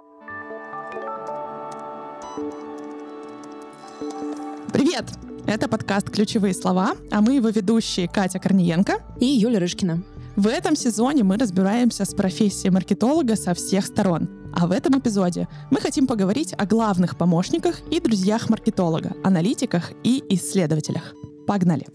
Привет! Это подкаст «Ключевые слова», а мы его ведущие Катя Корниенко и Юля Рышкина. В этом сезоне мы разбираемся с профессией маркетолога со всех сторон. А в этом эпизоде мы хотим поговорить о главных помощниках и друзьях маркетолога, аналитиках и исследователях. Погнали!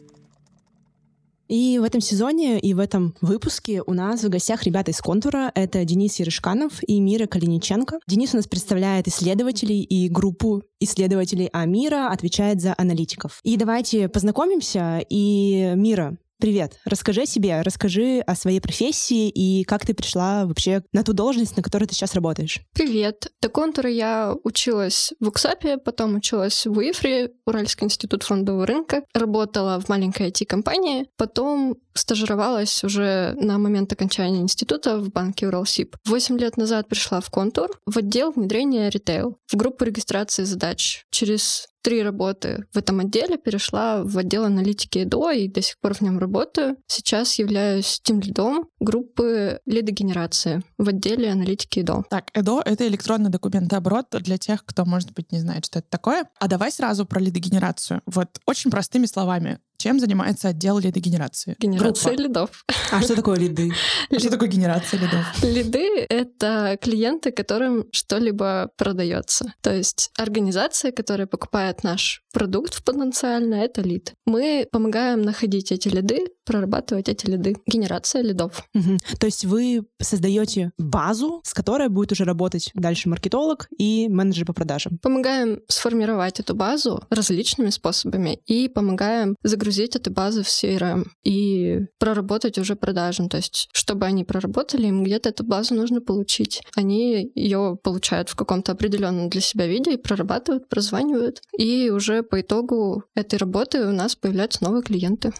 И в этом сезоне, и в этом выпуске у нас в гостях ребята из «Контура». Это Денис Ярышканов и Мира Калиниченко. Денис у нас представляет исследователей и группу исследователей, а Мира отвечает за аналитиков. И давайте познакомимся. И Мира, привет. Расскажи о себе, расскажи о своей профессии и как ты пришла вообще на ту должность, на которой ты сейчас работаешь. Привет. До «Контура» я училась в УКСАПе, потом училась в УИФРе, Уральский институт фондового рынка, работала в маленькой IT-компании, потом стажировалась уже на момент окончания института в банке Уралсиб. 8 лет назад пришла в «Контур» в отдел внедрения ритейл, в группу регистрации задач. Через 3 работы в этом отделе перешла в отдел аналитики ЭДО и до сих пор в нем работаю. Сейчас являюсь тимлидом группы лидогенерации в отделе аналитики ЭДО. Так, ЭДО — это электронный документооборот для тех, кто, может быть, не знает, что это такое. А давай сразу про лидогенерацию. Вот очень простыми словами. Чем занимается отдел лидогенерации? Генерация лидов. А что такое лиды? Что такое генерация лидов? Лиды — это клиенты, которым что-либо продается. То есть организация, которая покупает наш продукт потенциально, это лид. Мы помогаем находить эти лиды, прорабатывать эти лиды. Генерация лидов. То есть вы создаете базу, с которой будет уже работать дальше маркетолог и менеджер по продажам. Помогаем сформировать эту базу различными способами и помогаем загрузить эту базу в CRM и проработать уже продажам. То есть, чтобы они проработали, им где-то эту базу нужно получить. Они ее получают в каком-то определенном для себя виде и прорабатывают, прозванивают. И уже по итогу этой работы у нас появляются новые клиенты.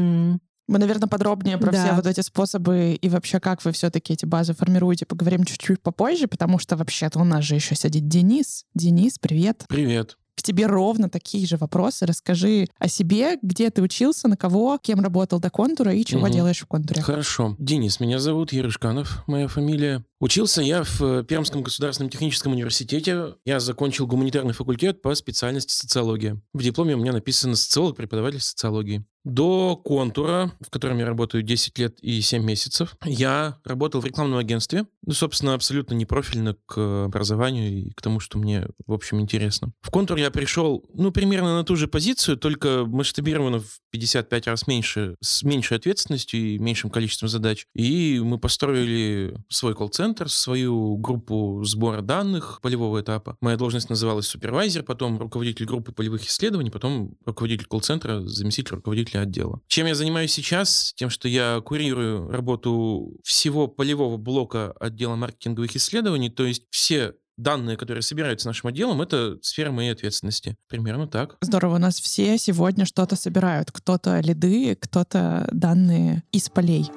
Мы, наверное, подробнее про все вот эти способы и вообще, как вы все-таки эти базы формируете, поговорим чуть-чуть попозже, потому что вообще-то у нас же еще сидит Денис. Денис, привет. Привет. К тебе ровно такие же вопросы. Расскажи о себе, где ты учился, на кого, кем работал до «Контура» и чего делаешь в «Контуре». Хорошо. Денис, меня зовут, Ярышканов, моя фамилия. Учился я в Пермском государственном техническом университете. Я закончил гуманитарный факультет по специальности социология. В дипломе у меня написано «социолог, преподаватель социологии». До «Контура», в котором я работаю 10 лет и 7 месяцев, я работал в рекламном агентстве. Собственно, абсолютно не профильно к образованию и к тому, что мне, в общем, интересно. В «Контур» я пришел, примерно на ту же позицию, только масштабировано в 55 раз меньше, с меньшей ответственностью и меньшим количеством задач. И мы построили свой колл-центр, свою группу сбора данных полевого этапа. Моя должность называлась супервайзер, потом руководитель группы полевых исследований, потом руководитель колл-центра, заместитель руководителя отдела. Чем я занимаюсь сейчас? Тем, что я курирую работу всего полевого блока отдела маркетинговых исследований, то есть все данные, которые собираются нашим отделом, это сфера моей ответственности. Примерно так. Здорово. У нас все сегодня что-то собирают. Кто-то лиды, кто-то данные из полей.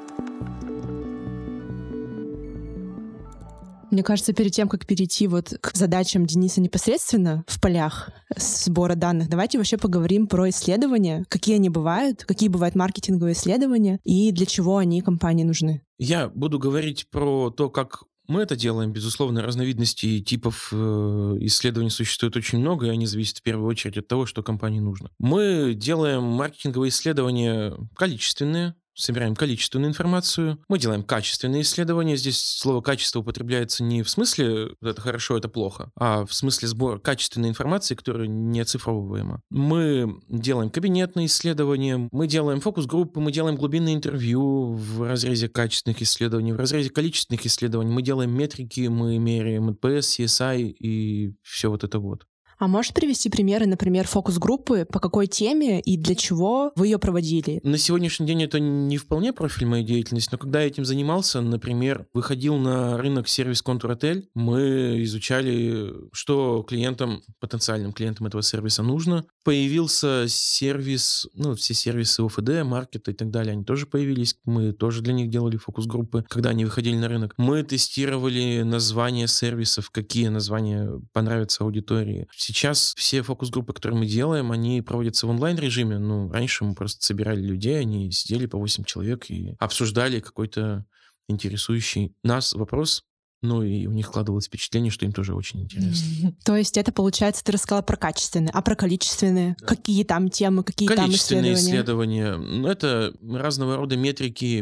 Мне кажется, перед тем, как перейти к задачам Дениса непосредственно в полях сбора данных, давайте вообще поговорим про исследования, какие они бывают, какие бывают маркетинговые исследования и для чего они компании нужны. Я буду говорить про то, как мы это делаем. Безусловно, разновидностей и типов исследований существует очень много, и они зависят в первую очередь от того, что компании нужно. Мы делаем маркетинговые исследования количественные, собираем количественную информацию, мы делаем качественные исследования. Здесь слово «качество» употребляется не в смысле «это хорошо, это плохо», а в смысле сбора качественной информации, которая не оцифровываема. Мы делаем кабинетные исследования, мы делаем фокус-группы, мы делаем глубинные интервью в разрезе качественных исследований, в разрезе количественных исследований, мы делаем метрики, мы меряем NPS, CSI и все вот это вот. А можешь привести примеры, например, фокус-группы, по какой теме и для чего вы ее проводили? На сегодняшний день это не вполне профиль моей деятельности, но когда я этим занимался, например, выходил на рынок сервис «Контур-отель», мы изучали, что клиентам, потенциальным клиентам этого сервиса нужно. Появился сервис, все сервисы ОФД, маркета и так далее, они тоже появились. Мы тоже для них делали фокус-группы, когда они выходили на рынок. Мы тестировали названия сервисов, какие названия понравятся аудитории. Сейчас все фокус-группы, которые мы делаем, они проводятся в онлайн-режиме. Раньше мы просто собирали людей, они сидели по 8 человек и обсуждали какой-то интересующий нас вопрос. Ну и у них складывалось впечатление, что им тоже очень интересно. То есть это, получается, ты рассказала про качественные, а про количественные? Да. Какие там темы, какие там исследования? Количественные исследования. Это разного рода метрики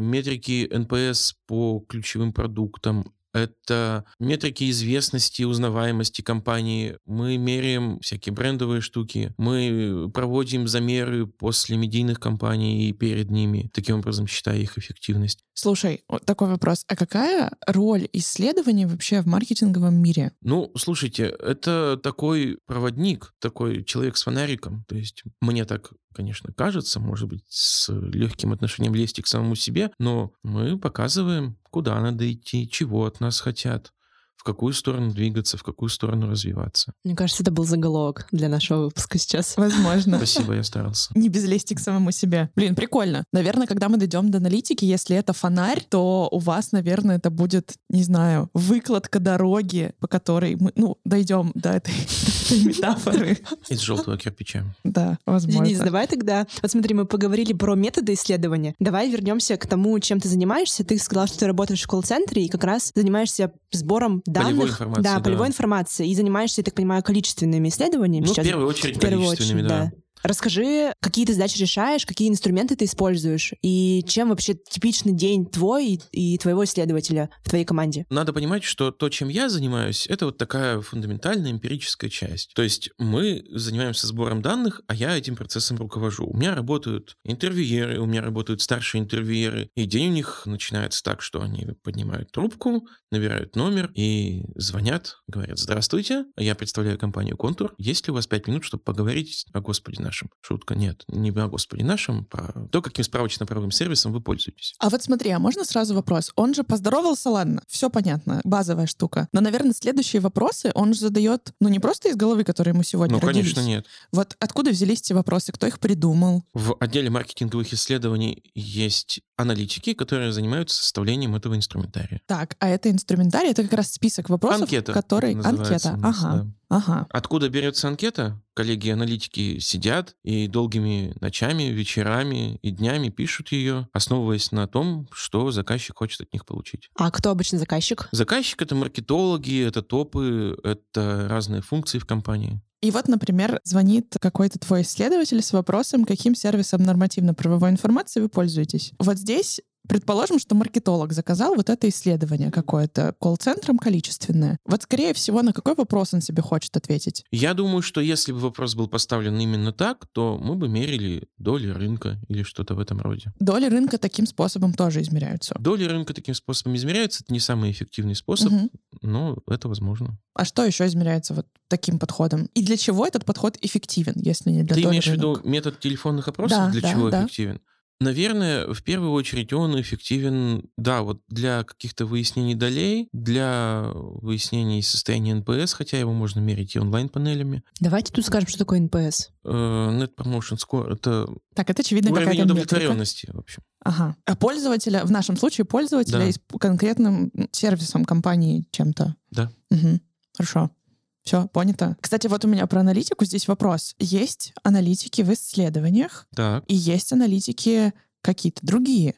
НПС по ключевым продуктам. Это метрики известности, узнаваемости компании. Мы меряем всякие брендовые штуки. Мы проводим замеры после медийных кампаний и перед ними, таким образом считая их эффективность. Слушай, вот такой вопрос. А какая роль исследований вообще в маркетинговом мире? Ну, слушайте, это такой проводник, такой человек с фонариком. То есть мне так, конечно, кажется, может быть, с легким отношением лести к самому себе, но мы показываем, куда надо идти, чего от нас хотят, в какую сторону двигаться, в какую сторону развиваться. Мне кажется, это был заголовок для нашего выпуска сейчас. Возможно. Спасибо, я старался. Не без лести к самому себе. Блин, прикольно. Наверное, когда мы дойдем до аналитики, если это фонарь, то у вас, наверное, это будет, не знаю, выкладка дороги, по которой мы, дойдем до этой метафоры. Из желтого кирпича. Да, возможно. Денис, давай тогда... Вот смотри, мы поговорили про методы исследования. Давай вернемся к тому, чем ты занимаешься. Ты сказала, что ты работаешь в колл-центре и как раз занимаешься сбором данных. Полевой информации. И занимаешься, я так понимаю, количественными исследованиями. В первую очередь количественными, да. Расскажи, какие ты задачи решаешь, какие инструменты ты используешь, и чем вообще типичный день твой и твоего исследователя в твоей команде? Надо понимать, что то, чем я занимаюсь, это вот такая фундаментальная эмпирическая часть. То есть мы занимаемся сбором данных, а я этим процессом руковожу. У меня работают интервьюеры, у меня работают старшие интервьюеры, и день у них начинается так, что они поднимают трубку, набирают номер и звонят, говорят: «Здравствуйте, я представляю компанию «Контур». Есть ли у вас 5 минут, чтобы поговорить о Господе нашем?» Шутка. Нет, не о Господе нашем, про то, каким справочно-правовым сервисом вы пользуетесь. А вот смотри, а можно сразу вопрос? Он же поздоровался, ладно, все понятно, базовая штука. Но, наверное, следующие вопросы он же задает, не просто из головы, которые мы сегодня родились. Конечно, нет. Вот откуда взялись эти вопросы, кто их придумал? В отделе маркетинговых исследований есть аналитики, которые занимаются составлением этого инструментария. Так, а это инструментарий, это как раз список вопросов, анкета, который... Анкета, нас, ага. Да. Ага. Откуда берется анкета? Коллеги-аналитики сидят и долгими ночами, вечерами и днями пишут ее, основываясь на том, что заказчик хочет от них получить. А кто обычно заказчик? Заказчик — это маркетологи, это топы, это разные функции в компании. И вот, например, звонит какой-то твой исследователь с вопросом, каким сервисом нормативно-правовой информации вы пользуетесь. Вот здесь предположим, что маркетолог заказал вот это исследование какое-то колл-центром количественное. Вот, скорее всего, на какой вопрос он себе хочет ответить? Я думаю, что если бы вопрос был поставлен именно так, то мы бы мерили доли рынка или что-то в этом роде. Доли рынка таким способом тоже измеряются? Доли рынка таким способом измеряются. Это не самый эффективный способ, но это возможно. А что еще измеряется вот таким подходом? И для чего этот подход эффективен, если не для доли рынка? Ты имеешь в виду метод телефонных опросов? Для чего эффективен? Наверное, в первую очередь он эффективен, вот для каких-то выяснений долей, для выяснений состояния НПС, хотя его можно мерить и онлайн-панелями. Давайте тут скажем, что такое НПС. Net Promotion Score — это очевидно уровень удовлетворенности, в общем. Ага. А пользователя, в нашем случае пользователя конкретным сервисом компании чем-то? Да. Угу. Хорошо. Все, понято. Кстати, вот у меня про аналитику здесь вопрос. Есть аналитики в исследованиях, и есть аналитики какие-то другие.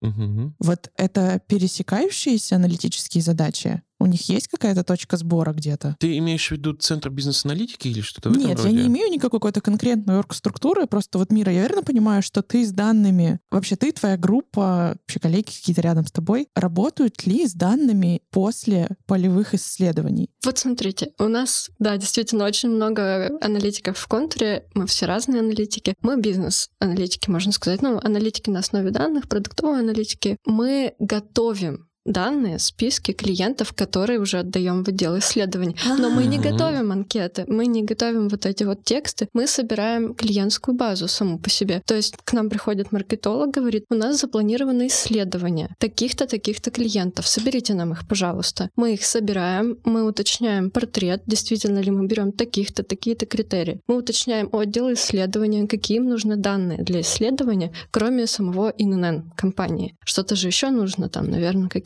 Вот это пересекающиеся аналитические задачи? У них есть какая-то точка сбора где-то? Ты имеешь в виду центр бизнес-аналитики или что-то в этом роде? Нет, я не имею никакой какой-то конкретной оргструктуры, просто вот, Мира, я верно понимаю, что ты с данными, вообще ты, твоя группа, вообще коллеги какие-то рядом с тобой, работают ли с данными после полевых исследований? Вот смотрите, у нас, действительно, очень много аналитиков в контуре, мы все разные аналитики, мы бизнес-аналитики, можно сказать, аналитики на основе данных, продуктовые аналитики. Мы готовим данные, списки клиентов, которые уже отдаем в отдел исследований. Но мы не готовим анкеты, мы не готовим вот эти вот тексты, мы собираем клиентскую базу саму по себе. То есть к нам приходит маркетолог, говорит: у нас запланировано исследование таких-то, таких-то клиентов, соберите нам их, пожалуйста. Мы их собираем, мы уточняем портрет, действительно ли мы берем таких-то, такие-то критерии. Мы уточняем у отдела исследования, какие им нужны данные для исследования, кроме самого ИНН компании. Что-то же еще нужно там, наверное, какие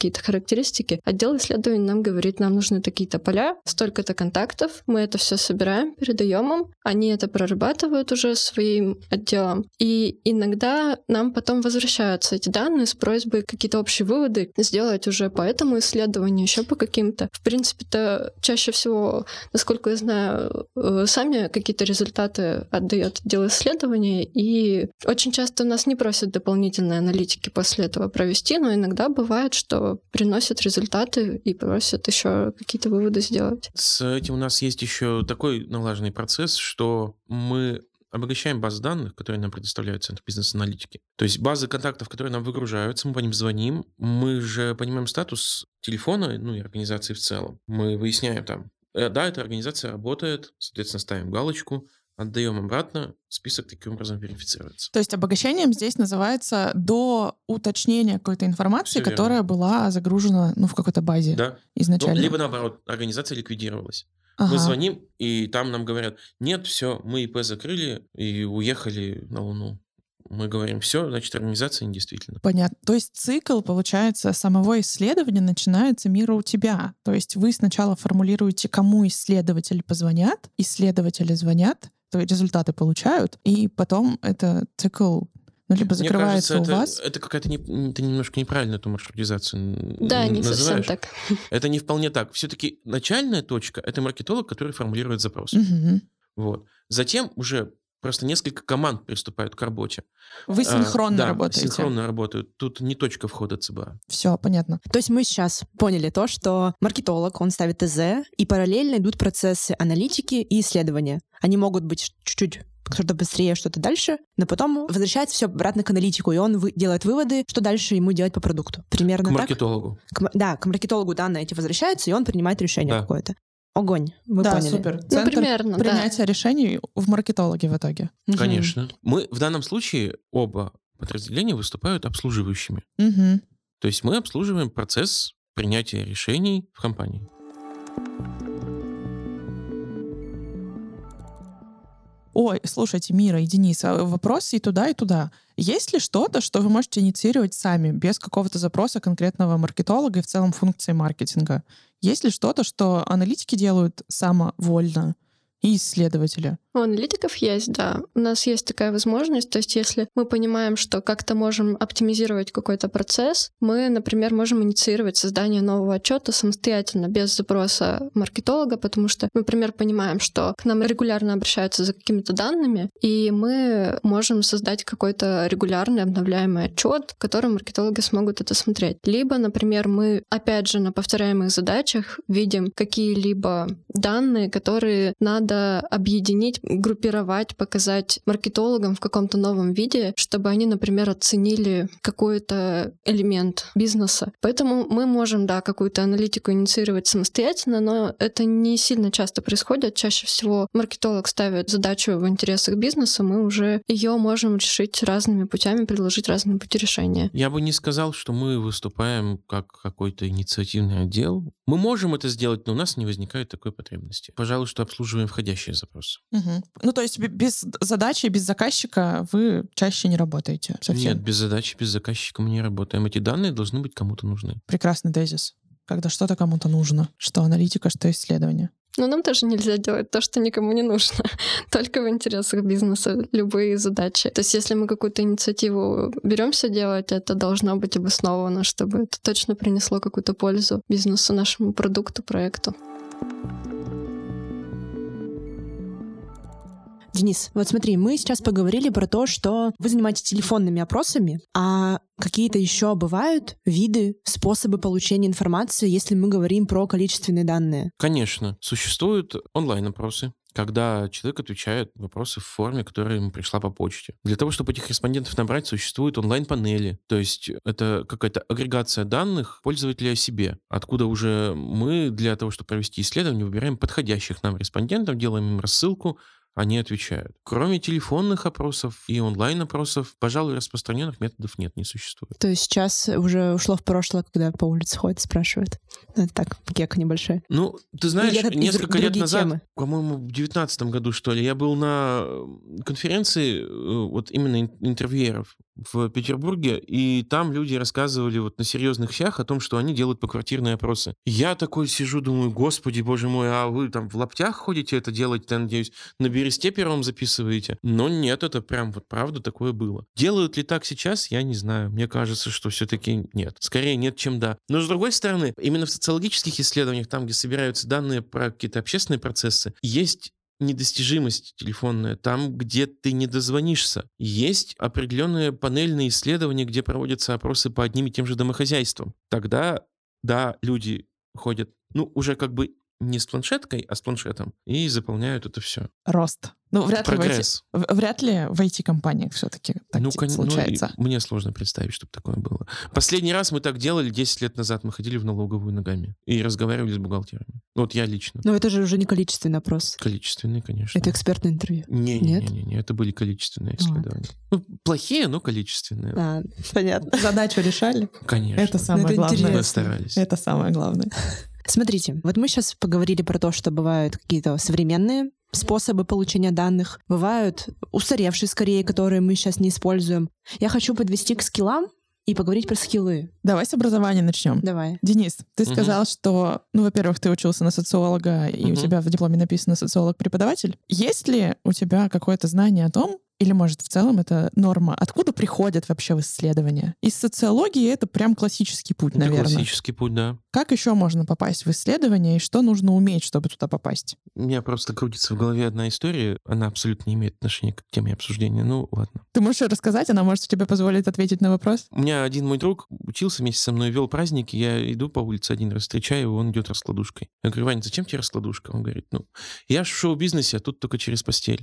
какие-то характеристики, отдел исследований нам говорит, нам нужны такие-то поля, столько-то контактов, мы это все собираем, передаем им, они это прорабатывают уже своим отделом, и иногда нам потом возвращаются эти данные с просьбой какие-то общие выводы сделать уже по этому исследованию, еще по каким-то. В принципе-то чаще всего, насколько я знаю, сами какие-то результаты отдает отдел исследований, и очень часто нас не просят дополнительные аналитики после этого провести, но иногда бывает, что приносят результаты и просят еще какие-то выводы сделать. С этим у нас есть еще такой налаженный процесс, что мы обогащаем базы данных, которые нам предоставляют Центр бизнес-аналитики. То есть базы контактов, которые нам выгружаются, мы по ним звоним, мы же понимаем статус телефона, и организации в целом. Мы выясняем там, да, эта организация работает, соответственно, ставим галочку, отдаем обратно, список таким образом верифицируется. То есть обогащением здесь называется до уточнения какой-то информации, которая была загружена в какой-то базе изначально. Либо наоборот, организация ликвидировалась. Мы звоним, и там нам говорят, нет, все, мы ИП закрыли и уехали на Луну. Мы говорим, все, значит, организация недействительна. Понятно. То есть цикл, получается, самого исследования начинается мира у тебя. То есть вы сначала формулируете, кому исследователи позвонят, исследователи звонят, то результаты получают, и потом это цикл либо закрывается. Мне кажется, у вас. Это какая-то ты немножко неправильно эту маршрутизацию да, не называешь. совсем так. Это не вполне так. Все-таки начальная точка — это маркетолог, который формулирует запрос. Вот. Затем уже просто несколько команд приступают к работе. Вы синхронно работаете. Да, синхронно работают. Тут не точка входа ЦБА. Все, понятно. То есть мы сейчас поняли то, что маркетолог, он ставит ТЗ, и параллельно идут процессы аналитики и исследования. Они могут быть чуть-чуть что-то быстрее, что-то дальше, но потом возвращается все обратно к аналитику, и он делает выводы, что дальше ему делать по продукту. Примерно к маркетологу. Так? К маркетологу данные эти возвращаются, и он принимает решение какое-то. Огонь, вы поняли. Супер. Центр примерно, принятия решений в маркетологе в итоге. Конечно. Мы в данном случае оба подразделения выступают обслуживающими. То есть мы обслуживаем процесс принятия решений в компании. Ой, слушайте, Мира и Денис, вопрос и туда, и туда. Есть ли что-то, что вы можете инициировать сами, без какого-то запроса конкретного маркетолога и в целом функции маркетинга? Есть ли что-то, что аналитики делают самовольно и исследователи? У аналитиков есть, да. У нас есть такая возможность. То есть если мы понимаем, что как-то можем оптимизировать какой-то процесс, мы, например, можем инициировать создание нового отчета самостоятельно, без запроса маркетолога, потому что, например, понимаем, что к нам регулярно обращаются за какими-то данными, и мы можем создать какой-то регулярный обновляемый отчет, в котором маркетологи смогут это смотреть. Либо, например, мы, опять же, на повторяемых задачах видим какие-либо данные, которые надо объединить, группировать, показать маркетологам в каком-то новом виде, чтобы они, например, оценили какой-то элемент бизнеса. Поэтому мы можем, да, какую-то аналитику инициировать самостоятельно, но это не сильно часто происходит. Чаще всего маркетолог ставит задачу в интересах бизнеса, мы уже ее можем решить разными путями, предложить разные пути решения. Я бы не сказал, что мы выступаем как какой-то инициативный отдел. Мы можем это сделать, но у нас не возникает такой потребности. Пожалуй, что обслуживаем входящие запросы. То есть без задачи, без заказчика вы чаще не работаете совсем? Нет, без задачи, без заказчика мы не работаем. Эти данные должны быть кому-то нужны. Прекрасный тезис. Когда что-то кому-то нужно. Что аналитика, что исследование. Но нам тоже нельзя делать то, что никому не нужно. Только в интересах бизнеса любые задачи. То есть если мы какую-то инициативу беремся делать, это должно быть обосновано, чтобы это точно принесло какую-то пользу бизнесу, нашему продукту, проекту. Денис, вот смотри, мы сейчас поговорили про то, что вы занимаетесь телефонными опросами, а какие-то еще бывают виды, способы получения информации, если мы говорим про количественные данные? Конечно. Существуют онлайн-опросы, когда человек отвечает на вопросы в форме, которая ему пришла по почте. Для того, чтобы этих респондентов набрать, существуют онлайн-панели. То есть это какая-то агрегация данных пользователя о себе, откуда уже мы для того, чтобы провести исследование, выбираем подходящих нам респондентов, делаем им рассылку, они отвечают. Кроме телефонных опросов и онлайн-опросов, пожалуй, распространенных методов не существует. То есть сейчас уже ушло в прошлое, когда по улице ходят, спрашивают. Это так, кек небольшой. Ты знаешь, несколько лет назад, по-моему, в 2019 году, что ли, я был на конференции вот именно интервьюеров в Петербурге, и там люди рассказывали вот на серьезных щах о том, что они делают поквартирные опросы. Я такой сижу, думаю, господи, боже мой, а вы там в лаптях ходите это делать, я надеюсь, на бересте первым записываете? Но нет, это прям вот правда такое было. Делают ли так сейчас, я не знаю. Мне кажется, что все-таки нет. Скорее нет, чем да. Но с другой стороны, именно в социологических исследованиях, там, где собираются данные про какие-то общественные процессы, есть недостижимость телефонная, там, где ты не дозвонишься. Есть определенные панельные исследования, где проводятся опросы по одним и тем же домохозяйствам. Тогда, да, люди ходят, уже как бы не с планшеткой, а с планшетом, и заполняют это все. Рост. Вряд Прогресс. ли в IT-компаниях все-таки так случается. Мне сложно представить, чтобы такое было. Последний раз мы так делали 10 лет назад. Мы ходили в налоговую ногами и разговаривали с бухгалтерами. Вот я лично. Но это же уже не количественный опрос. Количественный, конечно. Это экспертное интервью. Не, это были количественные исследования. Плохие, но количественные. Понятно. Задачу решали? Конечно. Это самое главное. Мы старались. Это самое главное. Смотрите, вот мы сейчас поговорили про то, что бывают какие-то современные способы получения данных, бывают устаревшие скорее, которые мы сейчас не используем. Я хочу подвести к скиллам и поговорить про скиллы. Давай с образования начнем. Давай. Денис, ты сказал, что, во-первых, ты учился на социолога, и у тебя в дипломе написано «социолог-преподаватель». Есть ли у тебя какое-то знание о том, или, может, в целом это норма, откуда приходят вообще в исследования? Из социологии это прям классический путь, наверное. Это классический путь, да. Как еще можно попасть в исследование, и что нужно уметь, чтобы туда попасть? У меня просто крутится в голове одна история, она абсолютно не имеет отношения к теме обсуждения. Ладно. Ты можешь ее рассказать, она может тебе позволить ответить на вопрос? У меня один мой друг учился вместе со мной, вел праздники, я иду по улице один раз, встречаю его, он идет раскладушкой. Я говорю, Ваня, зачем тебе раскладушка? Он говорит, я же в шоу-бизнесе, а тут только через постель.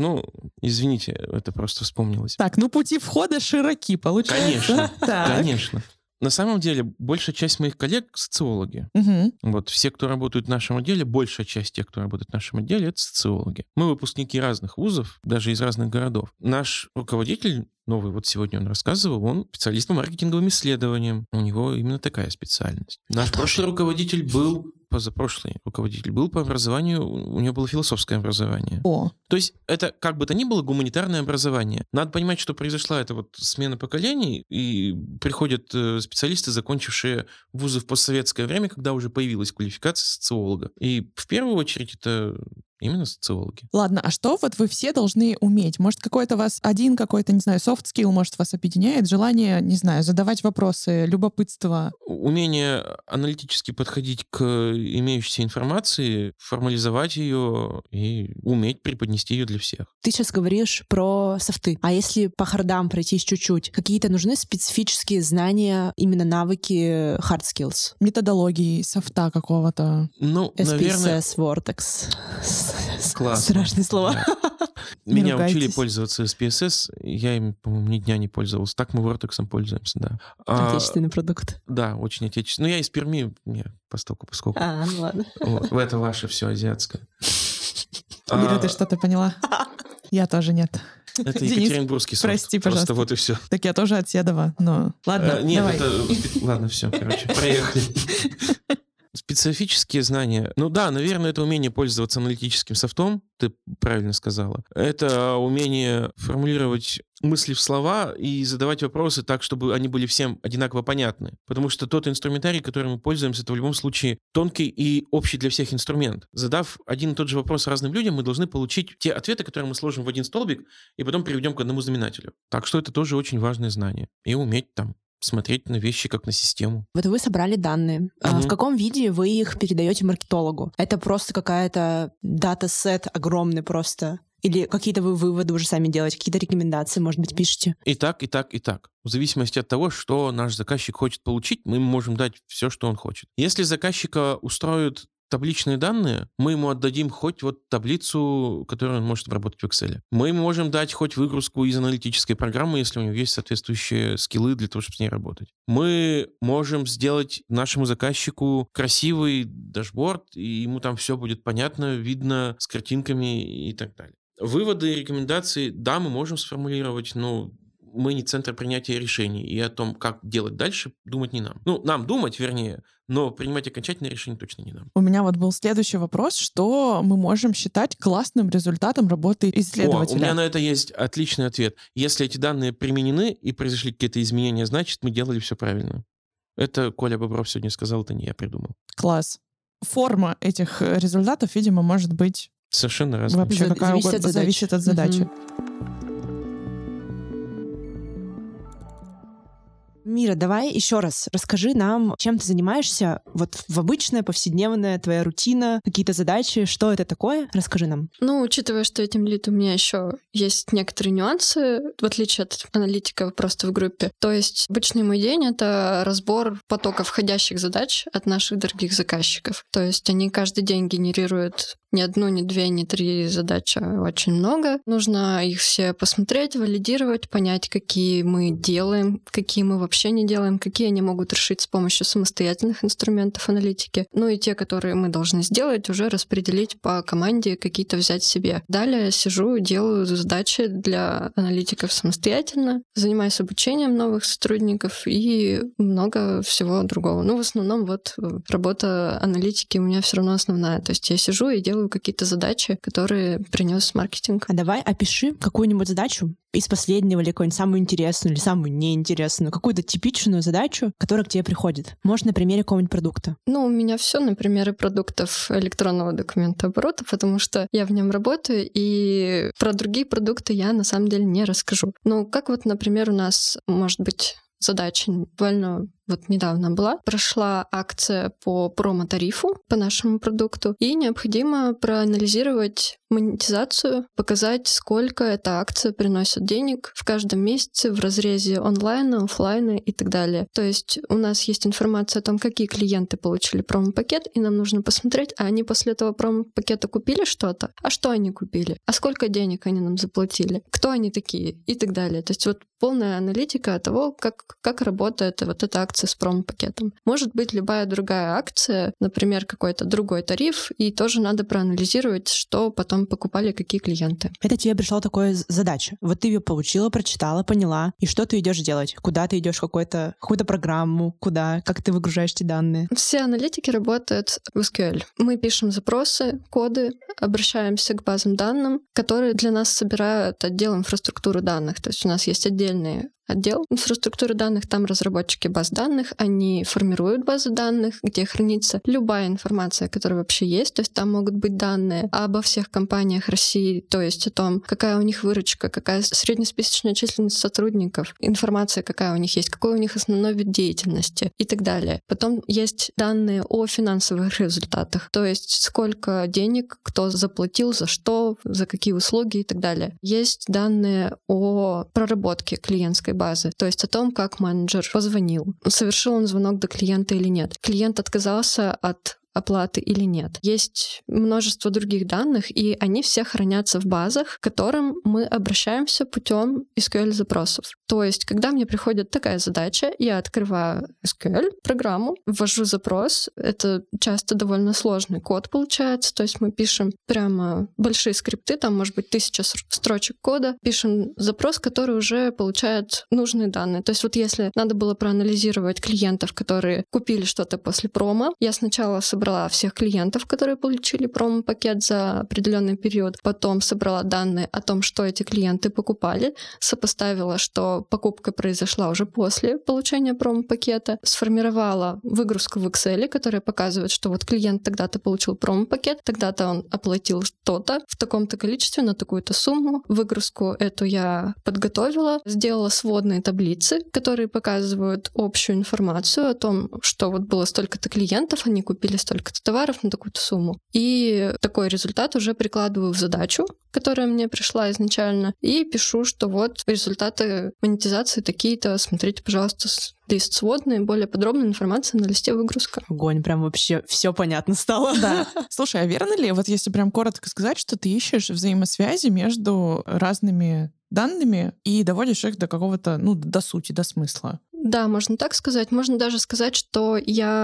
Извините, это просто вспомнилось. Так, пути входа широки, получается. Конечно. На самом деле, большая часть моих коллег — социологи. Все, кто работают в нашем отделе, большая часть тех, кто работает в нашем отделе, это социологи. Мы выпускники разных вузов, даже из разных городов. Наш руководитель новый, сегодня он рассказывал, он специалист по маркетинговым исследованиям. У него именно такая специальность. Наш прошлый руководитель был, позапрошлый руководитель был по образованию, у него было философское образование. То есть это, как бы то ни было, гуманитарное образование. Надо понимать, что произошла эта смена поколений, и приходят специалисты, закончившие вузы в постсоветское время, когда уже появилась квалификация социолога. И в первую очередь это именно социологи. Ладно, а что вы все должны уметь? Может, какой-то вас один какой-то, не знаю, soft skill, может, вас объединяет? Желание, не знаю, задавать вопросы, любопытство? Умение аналитически подходить к имеющейся информации, формализовать ее и уметь преподнести ее для всех. Ты сейчас говоришь про софты. А если по хардам пройтись чуть-чуть, какие-то нужны специфические знания, именно навыки hard skills? Методологии, софта какого-то? SPSS, наверное... Vortex. Классно. Страшные слова. Да. Меня учили пользоваться SPSS, я им, по-моему, ни дня не пользовался. Так мы Vortex пользуемся, да. Отечественный продукт. Да, очень отечественный. Я из Перми, мне поскольку. Ладно. Это ваше все азиатское. Ира, ты что-то поняла? Я тоже нет. Это Екатеринбургский софт. Прости, пожалуйста. Просто и все. Так я тоже от Седова, но... Ладно, нет, давай. Ладно, все, проехали. Специфические знания. Наверное, это умение пользоваться аналитическим софтом, ты правильно сказала. Это умение формулировать мысли в слова и задавать вопросы так, чтобы они были всем одинаково понятны. Потому что тот инструментарий, которым мы пользуемся, это в любом случае тонкий и общий для всех инструмент. Задав один и тот же вопрос разным людям, мы должны получить те ответы, которые мы сложим в один столбик и потом приведем к одному знаменателю. Так что это тоже очень важное знание. И уметь смотреть на вещи как на систему. Вот вы собрали данные. В каком виде вы их передаете маркетологу? Это просто какая-то дата-сет огромный просто? Или какие-то вы выводы уже сами делаете, какие-то рекомендации, может быть, пишете? И так. В зависимости от того, что наш заказчик хочет получить, мы ему можем дать все, что он хочет. Если заказчика устроит табличные данные, мы ему отдадим хоть таблицу, которую он может обработать в Excel. Мы ему можем дать хоть выгрузку из аналитической программы, если у него есть соответствующие скиллы для того, чтобы с ней работать. Мы можем сделать нашему заказчику красивый дашборд, и ему там все будет понятно, видно, с картинками и так далее. Выводы и рекомендации, да, мы можем сформулировать, мы не центр принятия решений, и о том, как делать дальше, думать не нам. Нам думать, вернее, но принимать окончательное решение точно не нам. У меня вот был следующий вопрос, что мы можем считать классным результатом работы исследователя? У меня на это есть отличный ответ. Если эти данные применены и произошли какие-то изменения, значит, мы делали все правильно. Это Коля Бобров сегодня сказал, это не я придумал. Класс. Форма этих результатов, видимо, может быть совершенно разная. Вообще какая угодно, зависит от задачи. Мира, давай еще раз расскажи нам, чем ты занимаешься вот в обычная, повседневная твоя рутина, какие-то задачи, что это такое? Расскажи нам. Учитывая, что этим лид у меня еще есть некоторые нюансы, в отличие от аналитика просто в группе. То есть обычный мой день — это разбор потока входящих задач от наших дорогих заказчиков. То есть они каждый день генерируют не одну, не две, не три задачи, очень много. Нужно их все посмотреть, валидировать, понять, какие мы делаем, какие мы вообще не делаем, какие они могут решить с помощью самостоятельных инструментов аналитики. И те, которые мы должны сделать, уже распределить по команде, какие-то взять себе. Далее сижу, делаю задачи для аналитиков самостоятельно, занимаюсь обучением новых сотрудников и много всего другого. В основном работа аналитики у меня все равно основная. То есть я сижу и делаю какие-то задачи, которые принес маркетинг. А давай опиши какую-нибудь задачу из последнего, или какую-нибудь самую интересную, или самую неинтересную, какую-то типичную задачу, которая к тебе приходит. Может, на примере какого-нибудь продукта? У меня все на примере продуктов электронного документооборота, потому что я в нем работаю, и про другие продукты я на самом деле не расскажу. Как например, у нас, может быть, задача буквально недавно прошла акция по промо-тарифу по нашему продукту, и необходимо проанализировать монетизацию, показать, сколько эта акция приносит денег в каждом месяце в разрезе онлайна, офлайна и так далее. То есть у нас есть информация о том, какие клиенты получили промо-пакет, и нам нужно посмотреть, а они после этого промо-пакета купили что-то? А что они купили? А сколько денег они нам заплатили? Кто они такие? И так далее. То есть полная аналитика того, как работает эта акция с промо-пакетом. Может быть, любая другая акция, например, какой-то другой тариф, и тоже надо проанализировать, что потом покупали какие клиенты. Это тебе пришла такая задача. Ты ее получила, прочитала, поняла. И что ты идешь делать? Куда ты идешь? Какую-то программу? Куда? Как ты выгружаешь эти данные? Все аналитики работают в SQL. Мы пишем запросы, коды, обращаемся к базам данных, которые для нас собирают отдел инфраструктуры данных. То есть у нас есть отдельный отдел инфраструктуры данных, там разработчики баз данных, они формируют базы данных, где хранится любая информация, которая вообще есть, то есть там могут быть данные обо всех компаниях России, то есть о том, какая у них выручка, какая среднесписочная численность сотрудников, информация, какая у них есть, какой у них основной вид деятельности и так далее. Потом есть данные о финансовых результатах, то есть сколько денег кто заплатил, за что, за какие услуги и так далее. Есть данные о проработке клиентской базы, то есть о том, как менеджер позвонил, совершил он звонок до клиента или нет, клиент отказался от оплаты или нет. Есть множество других данных, и они все хранятся в базах, к которым мы обращаемся путем SQL-запросов. То есть, когда мне приходит такая задача, я открываю SQL-программу, ввожу запрос. Это часто довольно сложный код получается, то есть мы пишем прямо большие скрипты, там может быть 1000 строчек кода, пишем запрос, который уже получает нужные данные. То есть если надо было проанализировать клиентов, которые купили что-то после промо, я сначала собрала всех клиентов, которые получили промо-пакет за определенный период, потом собрала данные о том, что эти клиенты покупали, сопоставила, что покупка произошла уже после получения промо-пакета, сформировала выгрузку в Excel, которая показывает, что клиент тогда-то получил промо-пакет, тогда-то он оплатил что-то в таком-то количестве на такую-то сумму. Выгрузку эту я подготовила, сделала сводные таблицы, которые показывают общую информацию о том, что было столько-то клиентов, они купили столько-то товаров на такую-то сумму. И такой результат уже прикладываю в задачу, которая мне пришла изначально, и пишу, что результаты монетизации такие-то, смотрите, пожалуйста, лист сводный, более подробная информация на листе выгрузка. Огонь, прям вообще все понятно стало. Да. Слушай, а верно ли, если прям коротко сказать, что ты ищешь взаимосвязи между разными данными и доводишь их до какого-то, до сути, до смысла? Да, можно так сказать. Можно даже сказать, что я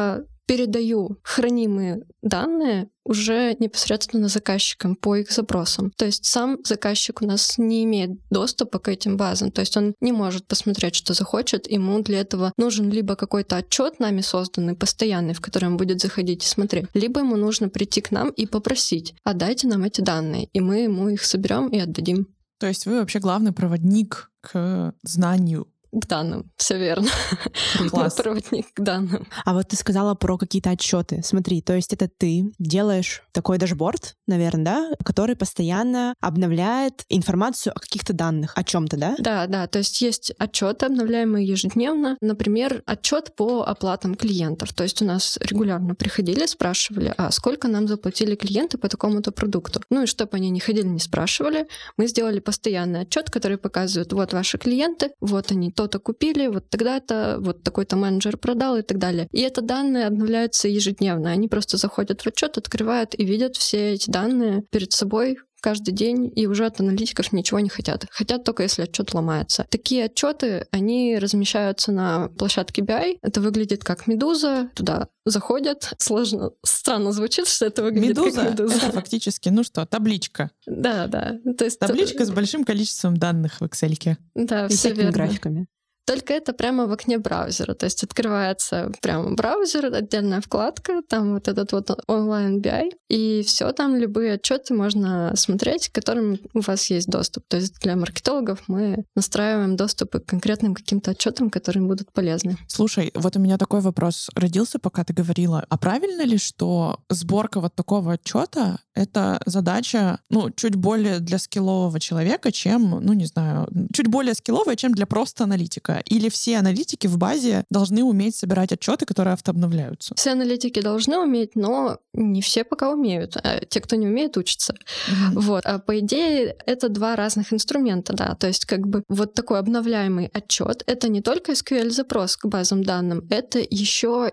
передаю хранимые данные уже непосредственно заказчикам по их запросам. То есть сам заказчик у нас не имеет доступа к этим базам. То есть он не может посмотреть, что захочет. Ему для этого нужен либо какой-то отчет нами созданный, постоянный, в который он будет заходить и смотреть, либо ему нужно прийти к нам и попросить: отдайте нам эти данные, и мы ему их соберем и отдадим. То есть вы вообще главный проводник к знанию. К данным, все верно. Класс. Проводник к данным. А вот ты сказала про какие-то отчеты. Смотри, то есть это ты делаешь такой дашборд, наверное, да, который постоянно обновляет информацию о каких-то данных, о чем-то, да? Да. То есть отчеты, обновляемые ежедневно. Например, отчет по оплатам клиентов. То есть у нас регулярно приходили, спрашивали, а сколько нам заплатили клиенты по такому-то продукту. Ну и чтобы они не ходили, не спрашивали, мы сделали постоянный отчет, который показывает: вот ваши клиенты, вот они то-то купили, вот тогда-то, вот такой-то менеджер продал и так далее. И это данные обновляются ежедневно. Они просто заходят в отчет, открывают и видят все эти данные перед собой каждый день, и уже от аналитиков ничего не хотят. Хотят только, если отчет ломается. Такие отчеты, они размещаются на площадке BI. Это выглядит как медуза. Туда заходят. Сложно, странно звучит, что это выглядит Медуза как медуза. — это фактически, табличка. Да. То есть Табличка с большим количеством данных в Excel. Да, И все всякими верно. графиками. Только это прямо в окне браузера. То есть открывается прямо браузер, отдельная вкладка, там вот этот вот онлайн BI, и все там, любые отчеты можно смотреть, к которым у вас есть доступ. То есть для маркетологов мы настраиваем доступы к конкретным каким-то отчетам, которые будут полезны. Слушай, вот у меня такой вопрос родился, пока ты говорила. А правильно ли, что сборка вот такого отчета — это задача, чуть более для скиллового человека, чем, чуть более скилловая, чем для просто аналитика? Или все аналитики в базе должны уметь собирать отчеты, которые автообновляются? Все аналитики должны уметь, но не все пока умеют. А те, кто не умеет, учатся. Вот. А по идее, это два разных инструмента, да. То есть вот такой обновляемый отчет — это не только SQL-запрос к базам данным, это еще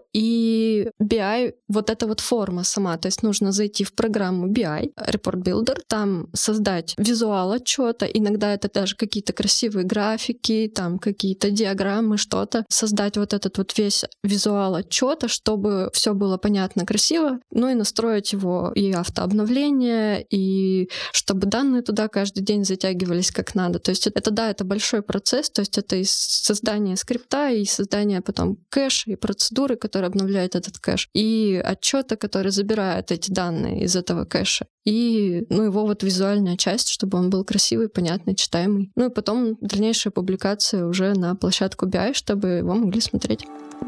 и BI, вот эта вот форма сама. То есть нужно зайти в программу BI, Report Builder, там создать визуал отчета. Иногда это даже какие-то красивые графики, там какие-то диаграммы, что-то, создать вот этот вот весь визуал отчета, чтобы все было понятно, красиво, и настроить его и автообновление, и чтобы данные туда каждый день затягивались как надо. То есть это большой процесс, то есть это и создание скрипта, и создание потом кэша, и процедуры, которые обновляют этот кэш, и отчета, который забирает эти данные из этого кэша, и его вот визуальная часть, чтобы он был красивый, понятный, читаемый. И потом дальнейшая публикация уже на площадку BI, чтобы его могли смотреть.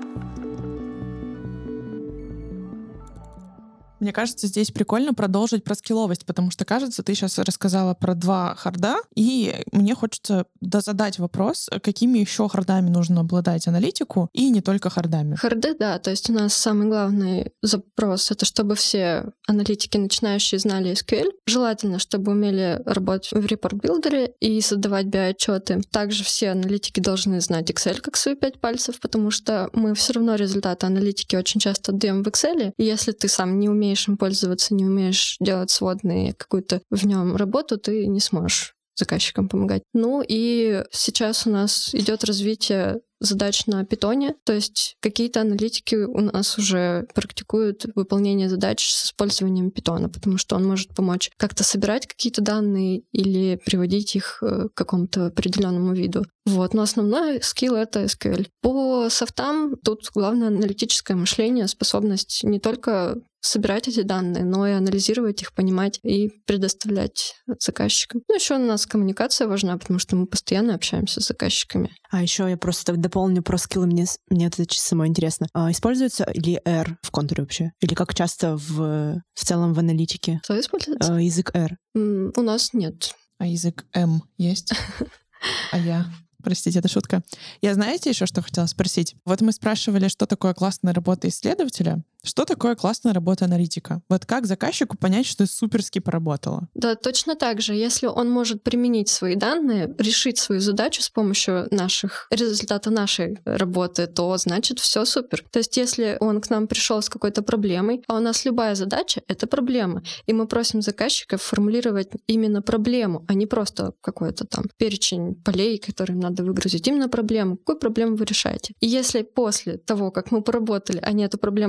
Мне кажется, здесь прикольно продолжить про скилловость, потому что, кажется, ты сейчас рассказала про 2 харда, и мне хочется задать вопрос, какими еще хардами нужно обладать аналитику, и не только хардами. Харды, да, то есть у нас самый главный запрос — это чтобы все аналитики начинающие знали SQL. Желательно, чтобы умели работать в Report Builder и создавать BI-отчеты. Также все аналитики должны знать Excel как свои 5 пальцев, потому что мы все равно результаты аналитики очень часто отдаем в Excel, и если ты сам не умеешь им пользоваться, не умеешь делать сводные, какую-то в нем работу, ты не сможешь заказчикам помогать. И сейчас у нас идет развитие задач на питоне, то есть какие-то аналитики у нас уже практикуют выполнение задач с использованием питона, потому что он может помочь как-то собирать какие-то данные или приводить их к какому-то определенному виду. Но основной скилл — это SQL. По софтам тут главное аналитическое мышление, способность не только собирать эти данные, но и анализировать их, понимать и предоставлять заказчикам. Еще у нас коммуникация важна, потому что мы постоянно общаемся с заказчиками. А еще я просто дополню про скиллы, мне это самое интересно. Используется ли R в контуре вообще? Или как часто в целом в аналитике? Что используется? Язык R. У нас нет. А язык M есть? А я... Простите, это шутка. Я, знаете, еще что хотела спросить? Вот мы спрашивали, что такое классная работа исследователя. Что такое классная работа аналитика? Вот как заказчику понять, что суперски поработало? Да, точно так же. Если он может применить свои данные, решить свою задачу с помощью результата нашей работы, то значит все супер. То есть если он к нам пришел с какой-то проблемой, а у нас любая задача — это проблема, и мы просим заказчиков формулировать именно проблему, а не просто какой-то там перечень полей, которые надо выгрузить. Именно проблему. Какую проблему вы решаете? И если после того, как мы поработали, они эту проблему решили,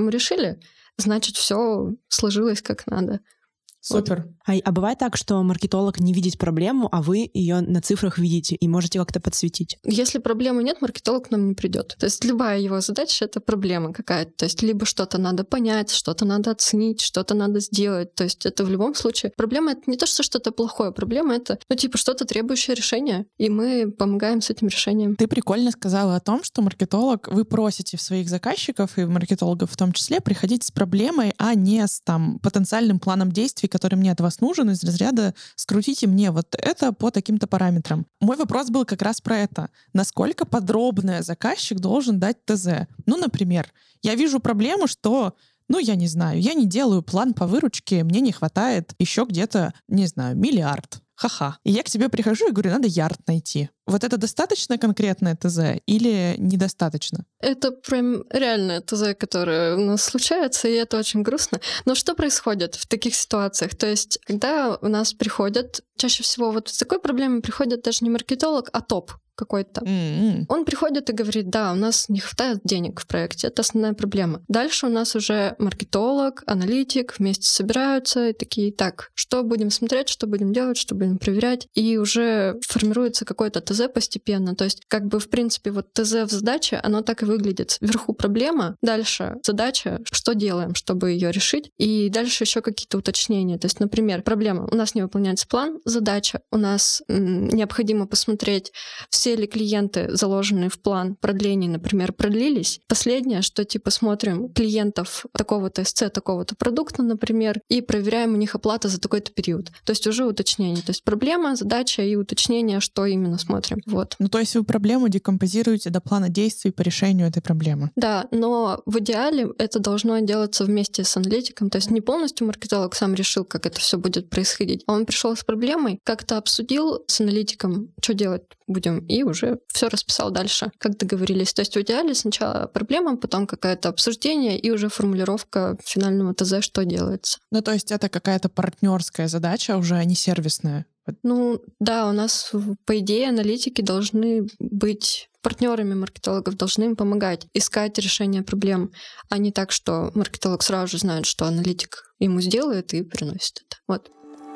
написали, значит, все сложилось как надо. Супер. А бывает так, что маркетолог не видит проблему, а вы ее на цифрах видите и можете как-то подсветить? Если проблемы нет, маркетолог к нам не придет. То есть любая его задача — это проблема какая-то. То есть либо что-то надо понять, что-то надо оценить, что-то надо сделать. То есть это в любом случае... Проблема — это не то, что что-то плохое. Проблема — это, что-то требующее решения. И мы помогаем с этим решением. Ты прикольно сказала о том, что маркетолог, вы просите своих заказчиков и маркетологов в том числе приходить с проблемой, а не с потенциальным планом действий, который мне от вас нужен, из разряда «скрутите мне вот это по таким-то параметрам». Мой вопрос был как раз про это. Насколько подробно заказчик должен дать ТЗ? Например, я вижу проблему, что я не знаю, я не делаю план по выручке, мне не хватает еще где-то, не знаю, миллиард. Ха-ха. И я к тебе прихожу и говорю, надо ярд найти. Вот это достаточно конкретное ТЗ или недостаточно? Это прям реальное ТЗ, которое у нас случается, и это очень грустно. Но что происходит в таких ситуациях? То есть, когда у нас приходят, чаще всего вот с такой проблемой приходит даже не маркетолог, а топ какой-то. Он приходит и говорит, да, у нас не хватает денег в проекте, это основная проблема. Дальше у нас уже маркетолог, аналитик вместе собираются и такие, так, что будем смотреть, что будем делать, что будем проверять, и уже формируется какой-то ТЗ постепенно. То есть, в принципе, вот ТЗ в задаче, оно так и выглядит. Вверху проблема, дальше задача, что делаем, чтобы ее решить, и дальше еще какие-то уточнения. То есть, например, проблема, у нас не выполняется план, задача, у нас необходимо посмотреть, все ли клиенты, заложенные в план продления, например, продлились. Последнее, что смотрим клиентов такого-то СЦ, такого-то продукта, например, и проверяем у них оплата за такой-то период. То есть уже уточнение. То есть проблема, задача и уточнение, что именно смотрим. Вот. То есть вы проблему декомпозируете до плана действий по решению этой проблемы? Да, но в идеале это должно делаться вместе с аналитиком. То есть не полностью маркетолог сам решил, как это все будет происходить. А он пришел с проблемой, как-то обсудил с аналитиком, что делать будем, и уже все расписал дальше, как договорились. То есть в идеале сначала проблема, потом какое-то обсуждение и уже формулировка финального ТЗ, что делается. То есть это какая-то партнерская задача уже, а не сервисная? Да, у нас, по идее, аналитики должны быть партнерами маркетологов, должны им помогать искать решение проблем, а не так, что маркетолог сразу же знает, что аналитик ему сделает и приносит это. Вот.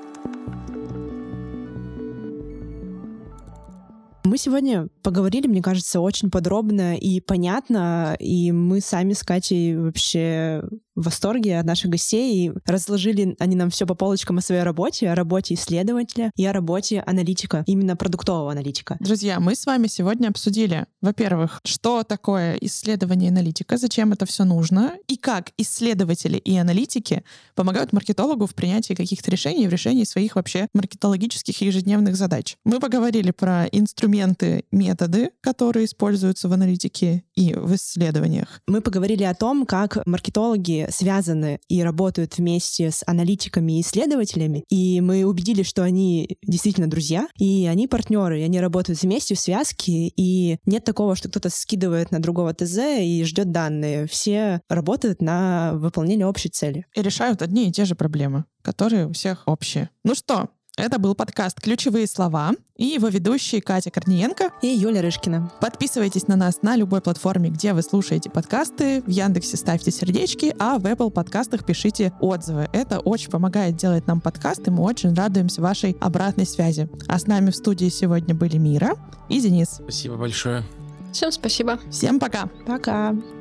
Мы сегодня поговорили, мне кажется, очень подробно и понятно, и мы сами с Катей вообще в восторге от наших гостей, и разложили они нам все по полочкам о своей работе, о работе исследователя и о работе аналитика, именно продуктового аналитика. Друзья, мы с вами сегодня обсудили, во-первых, что такое исследование аналитика, зачем это все нужно, и как исследователи и аналитики помогают маркетологу в принятии каких-то решений, в решении своих вообще маркетологических и ежедневных задач. Мы поговорили про инструменты, методы, которые используются в аналитике и в исследованиях. Мы поговорили о том, как маркетологи связаны и работают вместе с аналитиками и исследователями, и мы убедились, что они действительно друзья, и они партнеры, и они работают вместе в связке, и нет такого, что кто-то скидывает на другого ТЗ и ждет данные. Все работают на выполнение общей цели. И решают одни и те же проблемы, которые у всех общие. Что? Это был подкаст «Ключевые слова» и его ведущие Катя Корниенко и Юля Рышкина. Подписывайтесь на нас на любой платформе, где вы слушаете подкасты. В Яндексе ставьте сердечки, а в Apple подкастах пишите отзывы. Это очень помогает делать нам подкасты, мы очень радуемся вашей обратной связи. А с нами в студии сегодня были Мира и Денис. Спасибо большое. Всем спасибо. Всем пока. Пока.